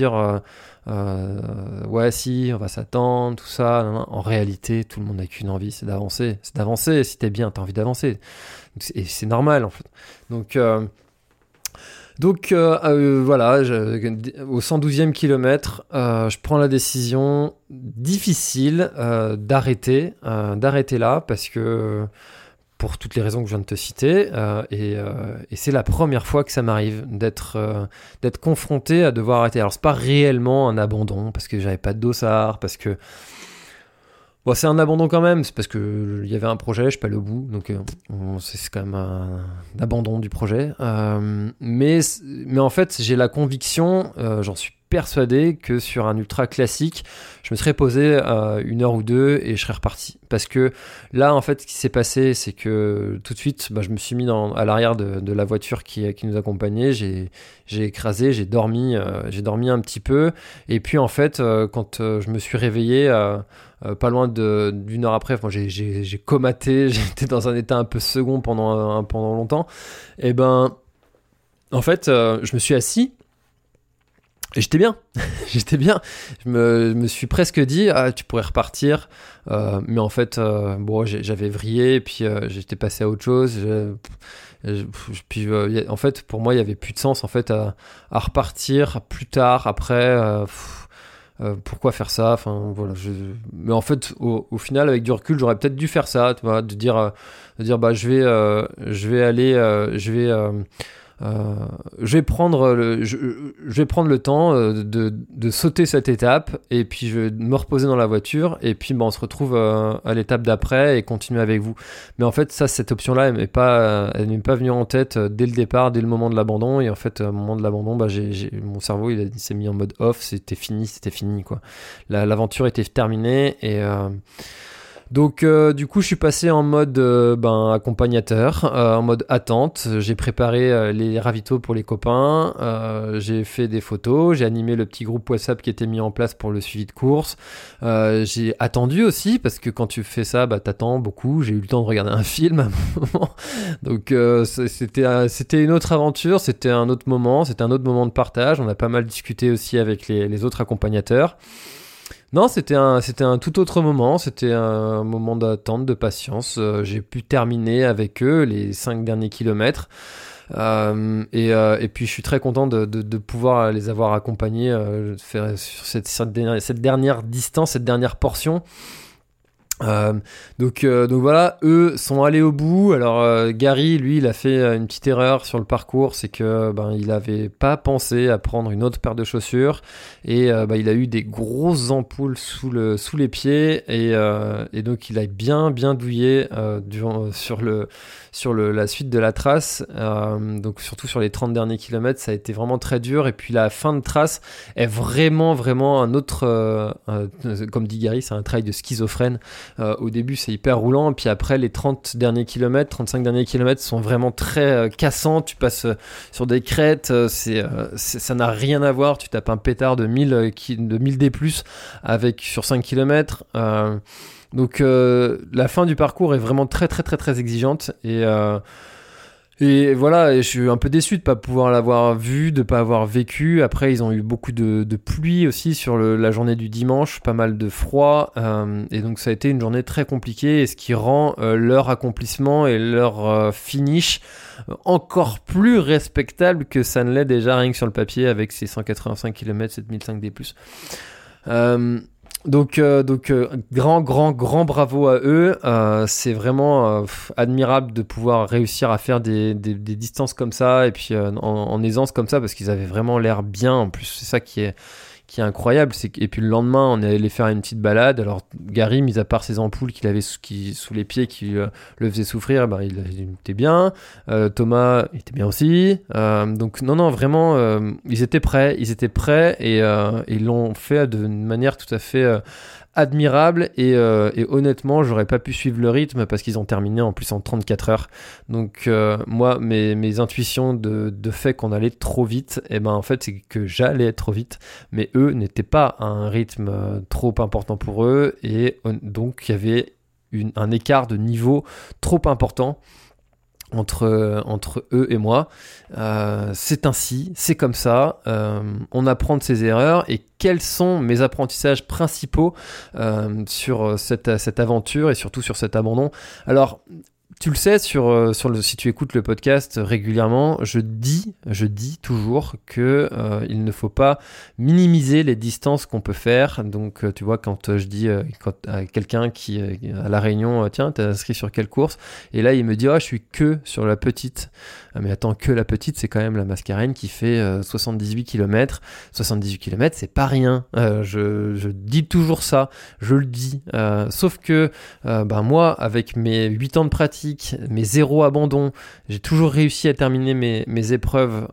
ouais, si, on va s'attendre, tout ça. Non. En réalité, tout le monde n'a qu'une envie, c'est d'avancer. Si t'es bien, t'as envie d'avancer. Et c'est normal, en fait. Donc voilà, au 112e kilomètre, je prends la décision difficile d'arrêter là, parce que pour toutes les raisons que je viens de te citer, et c'est la première fois que ça m'arrive d'être confronté à devoir arrêter. Alors c'est pas réellement un abandon, parce que j'avais pas de dossard, parce que c'est un abandon quand même, c'est parce que il y avait un projet, je suis pas allé au bout, donc c'est quand même un abandon du projet. Mais en fait, j'ai la conviction, j'en suis persuadé que sur un ultra classique, je me serais posé 1 heure ou 2 et je serais reparti. Parce que là, en fait, ce qui s'est passé, c'est que tout de suite, je me suis mis à l'arrière de la voiture qui nous accompagnait. J'ai écrasé, j'ai dormi un petit peu. Et puis, en fait, quand je me suis réveillé, pas loin d'une heure après, j'ai comaté, j'étais dans un état un peu second pendant longtemps. Et en fait, je me suis assis. Et j'étais bien. Je me suis presque dit, tu pourrais repartir. Mais en fait, j'avais vrillé, et puis j'étais passé à autre chose. En fait, pour moi, il n'y avait plus de sens en fait, à repartir plus tard, après. Pourquoi faire ça? Enfin, voilà. Mais en fait, au final, avec du recul, j'aurais peut-être dû faire ça, tu vois, de dire je vais prendre le temps de sauter cette étape, et puis je vais me reposer dans la voiture, et puis on se retrouve à l'étape d'après et continuer avec vous. Mais en fait, cette option-là, elle m'est pas venue en tête dès le départ, dès le moment de l'abandon. Et en fait, au moment de l'abandon, mon cerveau il s'est mis en mode off. C'était fini quoi. L'aventure était terminée, Donc du coup je suis passé en mode accompagnateur, en mode attente. J'ai préparé les ravitaux pour les copains, j'ai fait des photos, j'ai animé le petit groupe WhatsApp qui était mis en place pour le suivi de course. J'ai attendu aussi parce que quand tu fais ça, t'attends beaucoup. J'ai eu le temps de regarder un film à un moment. Donc c'était une autre aventure, c'était un autre moment de partage. On a pas mal discuté aussi avec les autres accompagnateurs. Non, c'était un tout autre moment, c'était un moment d'attente, de patience. J'ai pu terminer avec eux les 5 derniers kilomètres. Et puis je suis très content de pouvoir les avoir accompagnés faire sur cette dernière distance, cette dernière portion. Donc voilà, eux sont allés au bout. Alors Gary, lui, il a fait une petite erreur sur le parcours, c'est que il avait pas pensé à prendre une autre paire de chaussures et il a eu des grosses ampoules sous les pieds et donc il a bien douillé sur la suite de la trace. Donc surtout sur les 30 derniers kilomètres, ça a été vraiment très dur. Et puis la fin de trace est vraiment un autre, comme dit Gary, c'est un trail de schizophrène. Au début c'est hyper roulant, puis après les 35 derniers kilomètres sont vraiment très cassants. Tu passes sur des crêtes, ça n'a rien à voir. Tu tapes un pétard de 1000 D+, sur 5 km. Donc la fin du parcours est vraiment très exigeante et voilà, et je suis un peu déçu de pas pouvoir l'avoir vu, de pas avoir vécu. Après ils ont eu beaucoup de pluie aussi sur la journée du dimanche, pas mal de froid, et donc ça a été une journée très compliquée, et ce qui rend leur accomplissement et leur finish encore plus respectable que ça ne l'est déjà rien que sur le papier avec ses 185 km, 7005 D+. Donc grand bravo à eux. C'est vraiment admirable de pouvoir réussir à faire des distances comme ça et puis en aisance comme ça, parce qu'ils avaient vraiment l'air bien. En plus, c'est ça qui est incroyable. Et puis le lendemain, on est allé faire une petite balade. Alors Gary, mis à part ses ampoules qu'il avait sous les pieds qui le faisaient souffrir, il était bien. Thomas était bien aussi. Donc non, vraiment, ils étaient prêts et ils l'ont fait d'une manière tout à fait admirable et honnêtement j'aurais pas pu suivre le rythme parce qu'ils ont terminé en plus en 34 heures. Donc moi mes intuitions de fait qu'on allait trop vite, en fait c'est que j'allais trop vite, mais eux n'étaient pas à un rythme trop important pour eux, et donc il y avait un écart de niveau trop important entre eux et moi. C'est ainsi, c'est comme ça. On apprend de ses erreurs. Et quels sont mes apprentissages principaux sur cette aventure et surtout sur cet abandon? Alors, tu le sais, si tu écoutes le podcast régulièrement, je dis toujours que il ne faut pas minimiser les distances qu'on peut faire. Donc, tu vois, quand je dis à quelqu'un qui à La Réunion, tiens, t'es inscrit sur quelle course? Et là, il me dit, je suis que sur la petite. Mais attends, que la petite, c'est quand même la Mascarène qui fait 78 km. 78 km, c'est pas rien. Je dis toujours ça, je le dis. Sauf que moi, avec mes 8 ans de pratique, mes 0 abandons, j'ai toujours réussi à terminer mes épreuves,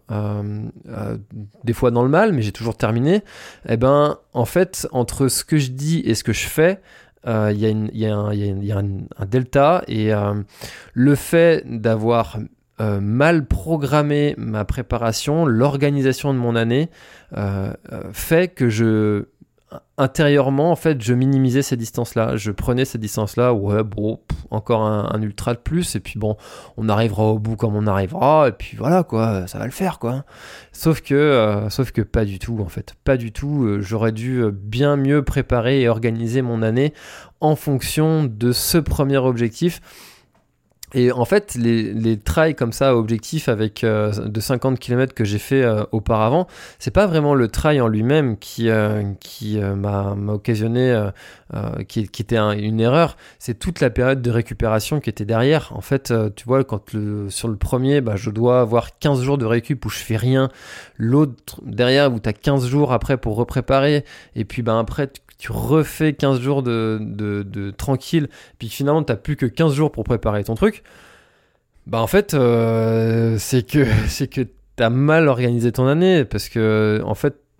des fois dans le mal, mais j'ai toujours terminé. En fait, entre ce que je dis et ce que je fais, il y a un delta, et le fait d'avoir mal programmé ma préparation, l'organisation de mon année, fait que intérieurement, en fait, je minimisais ces distances-là. Je prenais ces distances-là, encore un ultra de plus, et puis on arrivera au bout comme on arrivera, et puis voilà, quoi, ça va le faire, quoi. Sauf que pas du tout, en fait. Pas du tout. J'aurais dû bien mieux préparer et organiser mon année en fonction de ce premier objectif. Et en fait, les trails comme ça, objectifs avec de 50 km que j'ai fait auparavant, c'est pas vraiment le trail en lui-même qui m'a occasionné, qui était une erreur. C'est toute la période de récupération qui était derrière. En fait, tu vois, sur le premier, je dois avoir 15 jours de récup où je fais rien. L'autre derrière, où t'as 15 jours après pour repréparer. Et puis après, tu refais 15 jours de tranquille, puis finalement t'as plus que 15 jours pour préparer ton truc. En fait, c'est que t'as mal organisé ton année, parce que en fait,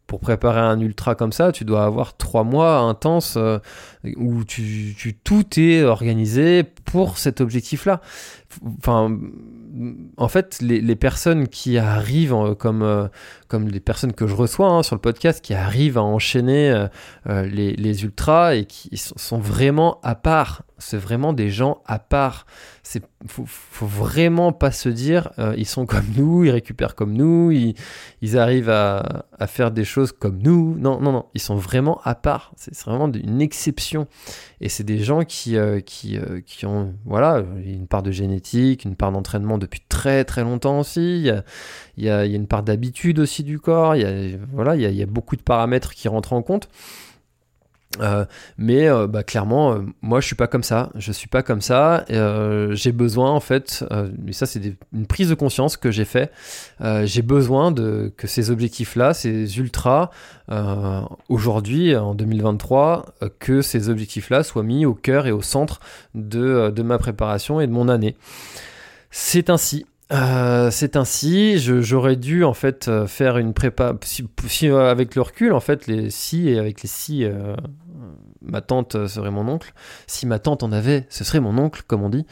pour préparer un ultra comme ça, tu dois avoir 3 mois intenses où tout est organisé pour cet objectif-là. Enfin, en fait, les personnes qui arrivent, comme les personnes que je reçois sur le podcast, qui arrivent à enchaîner les ultras et qui sont vraiment à part. C'est vraiment des gens à part. Faut vraiment pas se dire ils sont comme nous, ils récupèrent comme nous, ils arrivent à faire des choses comme nous. Non, ils sont vraiment à part. C'est vraiment une exception. Et c'est des gens qui ont une part de génétique, une part d'entraînement depuis très très longtemps aussi. Il y a une part d'habitude aussi du corps. Il y a beaucoup de paramètres qui rentrent en compte. Mais clairement moi je suis pas comme ça, j'ai besoin en fait et ça c'est une prise de conscience que j'ai fait, j'ai besoin que ces objectifs là, ces ultras aujourd'hui en 2023, que ces objectifs là soient mis au cœur et au centre de ma préparation et de mon année. C'est ainsi, j'aurais dû en fait faire une prépa, si avec le recul en fait, ma tante serait mon oncle, si ma tante en avait, ce serait mon oncle comme on dit,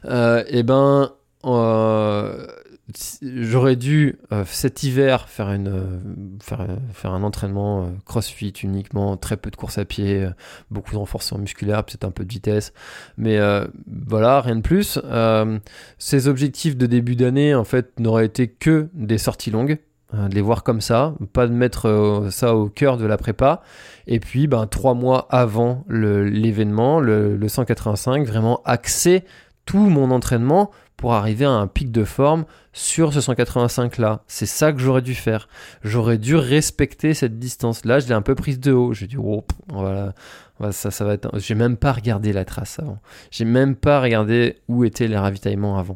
j'aurais dû cet hiver faire un entraînement crossfit uniquement, très peu de course à pied, beaucoup de renforcement musculaire, peut-être un peu de vitesse, mais rien de plus. Ces objectifs de début d'année en fait n'auraient été que des sorties longues, de les voir comme ça, pas de mettre ça au cœur de la prépa. Et puis 3 mois avant l'événement, le 185, vraiment axer tout mon entraînement pour arriver à un pic de forme sur ce 185 là. C'est ça que j'aurais dû faire. J'aurais dû respecter cette distance là. Je l'ai un peu prise de haut. J'ai dit ça va être. J'ai même pas regardé la trace avant. J'ai même pas regardé où étaient les ravitaillements avant.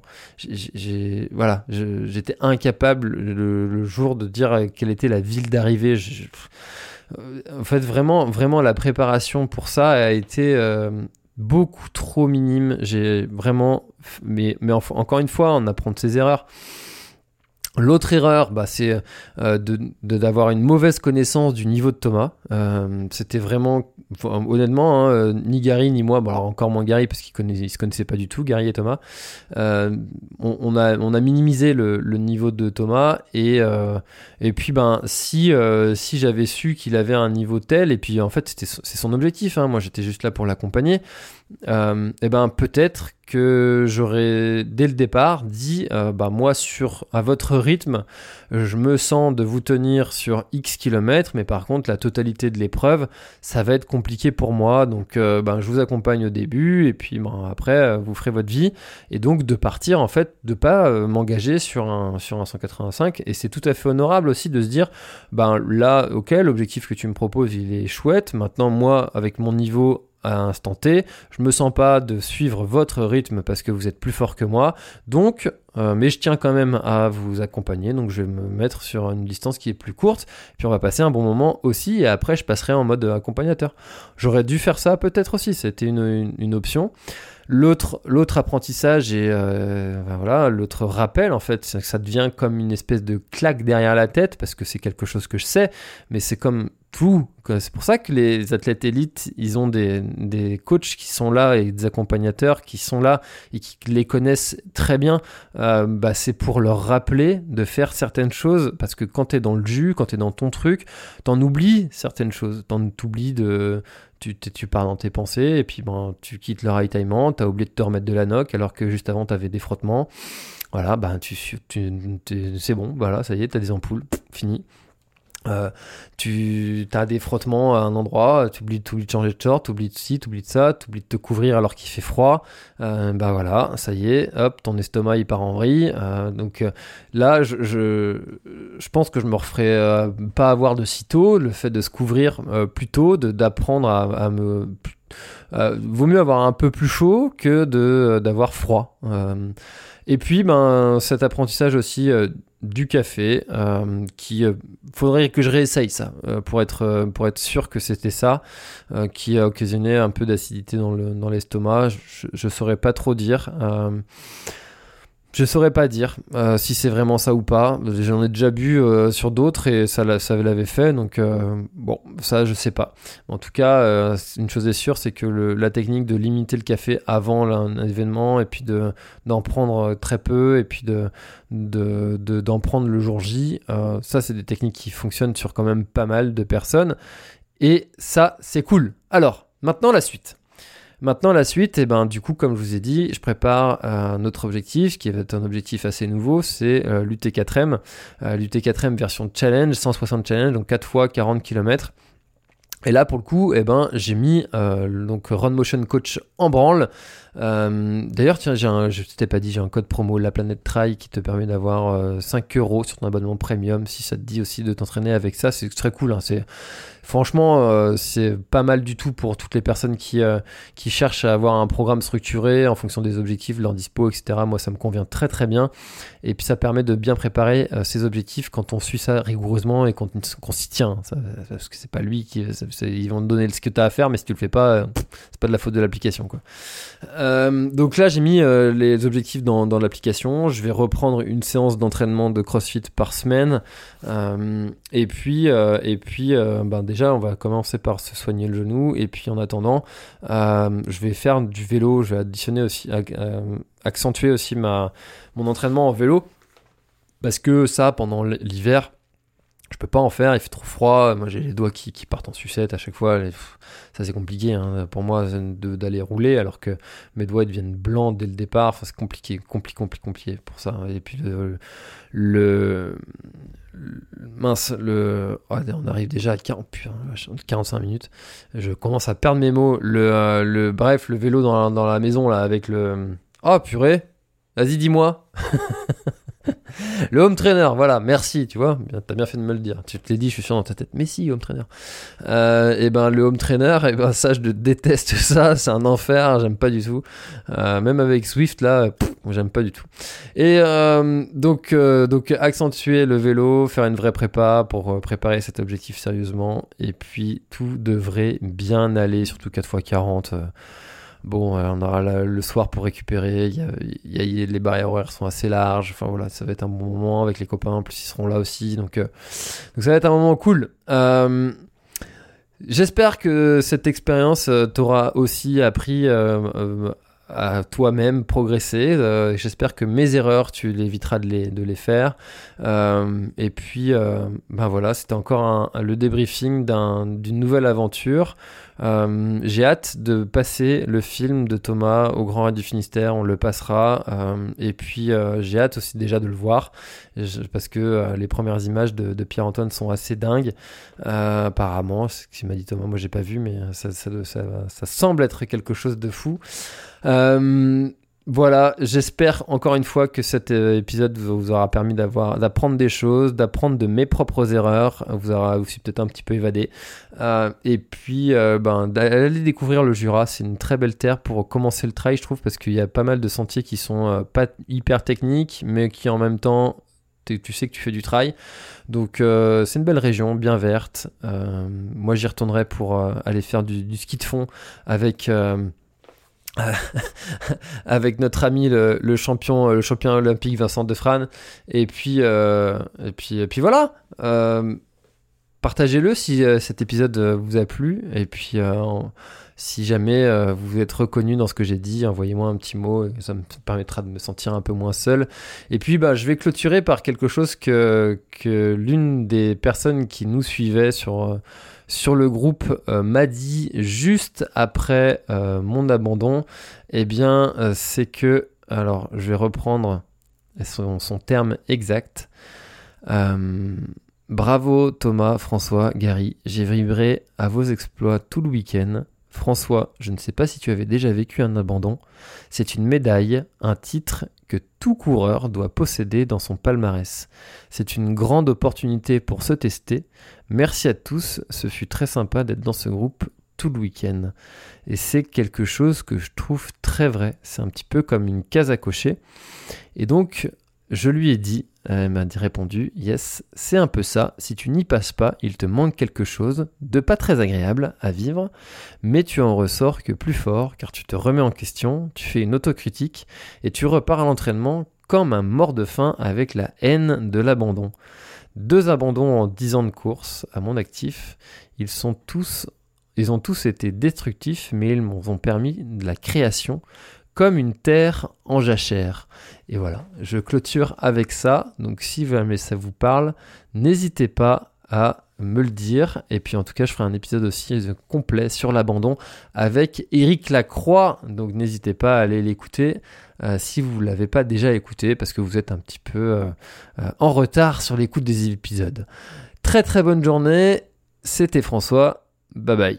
J'étais incapable le jour de dire quelle était la ville d'arrivée. En fait, vraiment la préparation pour ça a été beaucoup trop minime. J'ai vraiment, mais encore une fois, on apprend de ses erreurs. L'autre erreur, c'est d'avoir une mauvaise connaissance du niveau de Thomas. C'était vraiment, honnêtement, ni Gary ni moi, alors encore moins Gary parce qu'ils se connaissaient pas du tout, Gary et Thomas. On a minimisé le niveau de Thomas et puis si j'avais su qu'il avait un niveau tel, et puis en fait c'est son objectif, moi j'étais juste là pour l'accompagner. Peut-être que j'aurais dès le départ dit moi à votre rythme je me sens de vous tenir sur X kilomètres, mais par contre la totalité de l'épreuve ça va être compliqué pour moi, donc je vous accompagne au début et puis après vous ferez votre vie, et donc de partir en fait, de pas m'engager sur un 185. Et c'est tout à fait honorable aussi de se dire là ok, l'objectif que tu me proposes il est chouette, maintenant moi avec mon niveau à un instant T, je me sens pas de suivre votre rythme parce que vous êtes plus fort que moi, donc mais je tiens quand même à vous accompagner, donc je vais me mettre sur une distance qui est plus courte, puis on va passer un bon moment aussi, et après je passerai en mode accompagnateur. J'aurais dû faire ça peut-être aussi, c'était une option. L'autre apprentissage et l'autre rappel en fait, c'est que ça devient comme une espèce de claque derrière la tête, parce que c'est quelque chose que je sais, mais c'est comme tout. C'est pour ça que les athlètes élites, ils ont des coachs qui sont là et des accompagnateurs qui sont là et qui les connaissent très bien. C'est pour leur rappeler de faire certaines choses, parce que quand t'es dans le jus, quand t'es dans ton truc, t'en oublies certaines choses. Tu pars dans tes pensées et puis tu quittes le ravitaillement, t'as oublié de te remettre de la noc alors que juste avant t'avais des frottements. Voilà, c'est bon, voilà, ça y est, t'as des ampoules, fini. Tu as des frottements à un endroit, tu oublies de changer de short, tu oublies de ci, tu oublies de ça, tu oublies de te couvrir alors qu'il fait froid, voilà, ça y est, hop, ton estomac il part en vrille, donc là je pense que je me referai pas avoir de sitôt, le fait de se couvrir plus tôt, d'apprendre à me... vaut mieux avoir un peu plus chaud que d'avoir froid. Et puis cet apprentissage aussi du café, faudrait que je réessaye ça pour être sûr que c'était ça qui a occasionné un peu d'acidité dans l'estomac. Je saurais pas trop dire. Je saurais pas dire si c'est vraiment ça ou pas. J'en ai déjà bu sur d'autres et ça l'avait fait, donc bon, ça je sais pas. En tout cas, une chose est sûre, c'est que la technique de limiter le café avant un événement et puis d'en prendre très peu et puis d'en prendre le jour J, ça c'est des techniques qui fonctionnent sur quand même pas mal de personnes et ça c'est cool. Alors, maintenant la suite. Et ben, du coup, comme je vous ai dit, je prépare un autre objectif qui est un objectif assez nouveau, c'est l'UT4M. L'UT4M version challenge, 160 challenge, donc 4 fois 40 km. Et là, pour le coup, j'ai mis donc Run Motion Coach en branle. D'ailleurs, tiens, je t'ai pas dit, j'ai un code promo La Planète Trail qui te permet d'avoir 5€ sur ton abonnement premium. Si ça te dit aussi de t'entraîner avec ça, c'est très cool. Hein. Franchement, c'est pas mal du tout pour toutes les personnes qui cherchent à avoir un programme structuré en fonction des objectifs, leur dispo, etc. Moi, ça me convient très très bien. Et puis, ça permet de bien préparer ses objectifs quand on suit ça rigoureusement et qu'on s'y tient. Parce que c'est pas lui ils vont te donner ce que tu as à faire, mais si tu le fais pas, c'est pas de la faute de l'application, quoi. Donc là, j'ai mis les objectifs dans l'application. Je vais reprendre une séance d'entraînement de CrossFit par semaine. Et puis déjà, on va commencer par se soigner le genou. Et puis en attendant, je vais faire du vélo. Je vais additionner aussi, accentuer aussi mon entraînement en vélo. Parce que ça, pendant l'hiver, je peux pas en faire, il fait trop froid. Moi, j'ai les doigts qui partent en sucette à chaque fois. Ça, c'est compliqué hein, pour moi d'aller rouler, alors que mes doigts ils deviennent blancs dès le départ. Enfin, c'est compliqué pour ça. Et puis on arrive déjà à 45 minutes. Je commence à perdre mes mots. Bref, le vélo dans la maison là avec le. Oh purée, vas-y dis-moi. Le home trainer, voilà, merci, tu vois, t'as bien fait de me le dire. Tu te l'ai dit, je suis sûr dans ta tête. Mais si, home trainer. Le home trainer, ça, je déteste ça, c'est un enfer, j'aime pas du tout. Même avec Swift, là, j'aime pas du tout. Et donc accentuer le vélo, faire une vraie prépa pour préparer cet objectif sérieusement. Et puis, tout devrait bien aller, surtout 4x40. Bon, on aura le soir pour récupérer. Les barrières horaires sont assez larges. Enfin voilà, ça va être un bon moment avec les copains. En plus, ils seront là aussi. Donc ça va être un moment cool. J'espère que cette expérience t'aura aussi appris à toi-même progresser. J'espère que mes erreurs, tu l'éviteras de les faire. Et puis, voilà, c'était encore le débriefing d'une nouvelle aventure. J'ai hâte de passer le film de Thomas au Grand Raid du Finistère, on le passera, et puis j'ai hâte aussi déjà de le voir, parce que les premières images de Pierre-Antoine sont assez dingues, apparemment, c'est ce qu'il m'a dit Thomas, moi j'ai pas vu, mais ça semble être quelque chose de fou. Voilà, j'espère encore une fois que cet épisode vous aura permis d'apprendre des choses, d'apprendre de mes propres erreurs, vous aura aussi peut-être un petit peu évadé. Et puis, d'aller découvrir le Jura, c'est une très belle terre pour commencer le trail, je trouve, parce qu'il y a pas mal de sentiers qui sont pas hyper techniques, mais qui en même temps, tu sais que tu fais du trail. Donc, c'est une belle région, bien verte. Moi, j'y retournerai pour aller faire du ski de fond avec notre ami le champion olympique Vincent Defrane, et puis voilà, partagez-le si cet épisode vous a plu, et puis si jamais vous êtes reconnu dans ce que j'ai dit, envoyez-moi un petit mot, ça me permettra de me sentir un peu moins seul. Et puis je vais clôturer par quelque chose que l'une des personnes qui nous suivait sur le groupe m'a dit juste après mon abandon. C'est que, alors je vais reprendre son terme exact. Bravo Thomas, François, Gary, j'ai vibré à vos exploits tout le week-end. François, je ne sais pas si tu avais déjà vécu un abandon. C'est une médaille, un titre que tout coureur doit posséder dans son palmarès. C'est une grande opportunité pour se tester. Merci à tous, ce fut très sympa d'être dans ce groupe tout le week-end. Et c'est quelque chose que je trouve très vrai. C'est un petit peu comme une case à cocher. Et donc, je lui ai dit, elle m'a répondu, yes, c'est un peu ça, si tu n'y passes pas, il te manque quelque chose de pas très agréable à vivre, mais tu en ressors que plus fort, car tu te remets en question, tu fais une autocritique, et tu repars à l'entraînement comme un mort de faim avec la haine de l'abandon. 2 abandons en 10 ans de course à mon actif. Ils ont tous été destructifs, mais ils m'ont permis de la création, comme une terre en jachère. Et voilà, je clôture avec ça. Donc si jamais ça vous parle, n'hésitez pas à me le dire. Et puis en tout cas, je ferai un épisode aussi complet sur l'abandon avec Éric Lacroix. Donc n'hésitez pas à aller l'écouter si vous ne l'avez pas déjà écouté, parce que vous êtes un petit peu en retard sur l'écoute des épisodes. Très très bonne journée. C'était François. Bye bye.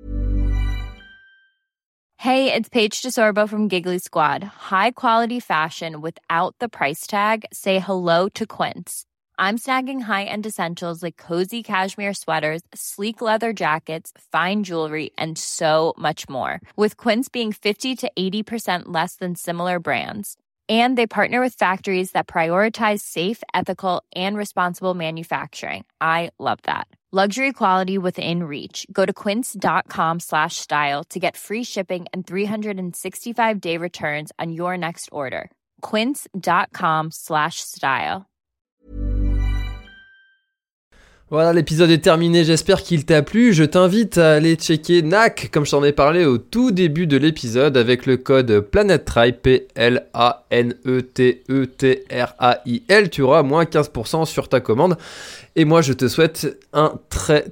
Hey, it's Paige DeSorbo from Giggly Squad. High quality fashion without the price tag. Say hello to Quince. I'm snagging high-end essentials like cozy cashmere sweaters, sleek leather jackets, fine jewelry, and so much more. With Quince being 50 to 80% less than similar brands. And they partner with factories that prioritize safe, ethical, and responsible manufacturing. I love that. Luxury quality within reach. Go to quince.com/style to get free shipping and 365-day returns on your next order. Quince.com/style.
Voilà, l'épisode est terminé, j'espère qu'il t'a plu. Je t'invite à aller checker NAC, comme je t'en ai parlé au tout début de l'épisode, avec le code PlanetTrail, PLANETETRAIL. Tu auras moins 15% sur ta commande. Et moi, je te souhaite un très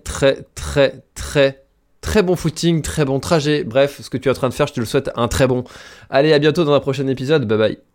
bon footing, très bon trajet. Bref, ce que tu es en train de faire, je te le souhaite un très bon. Allez, à bientôt dans un prochain épisode. Bye bye.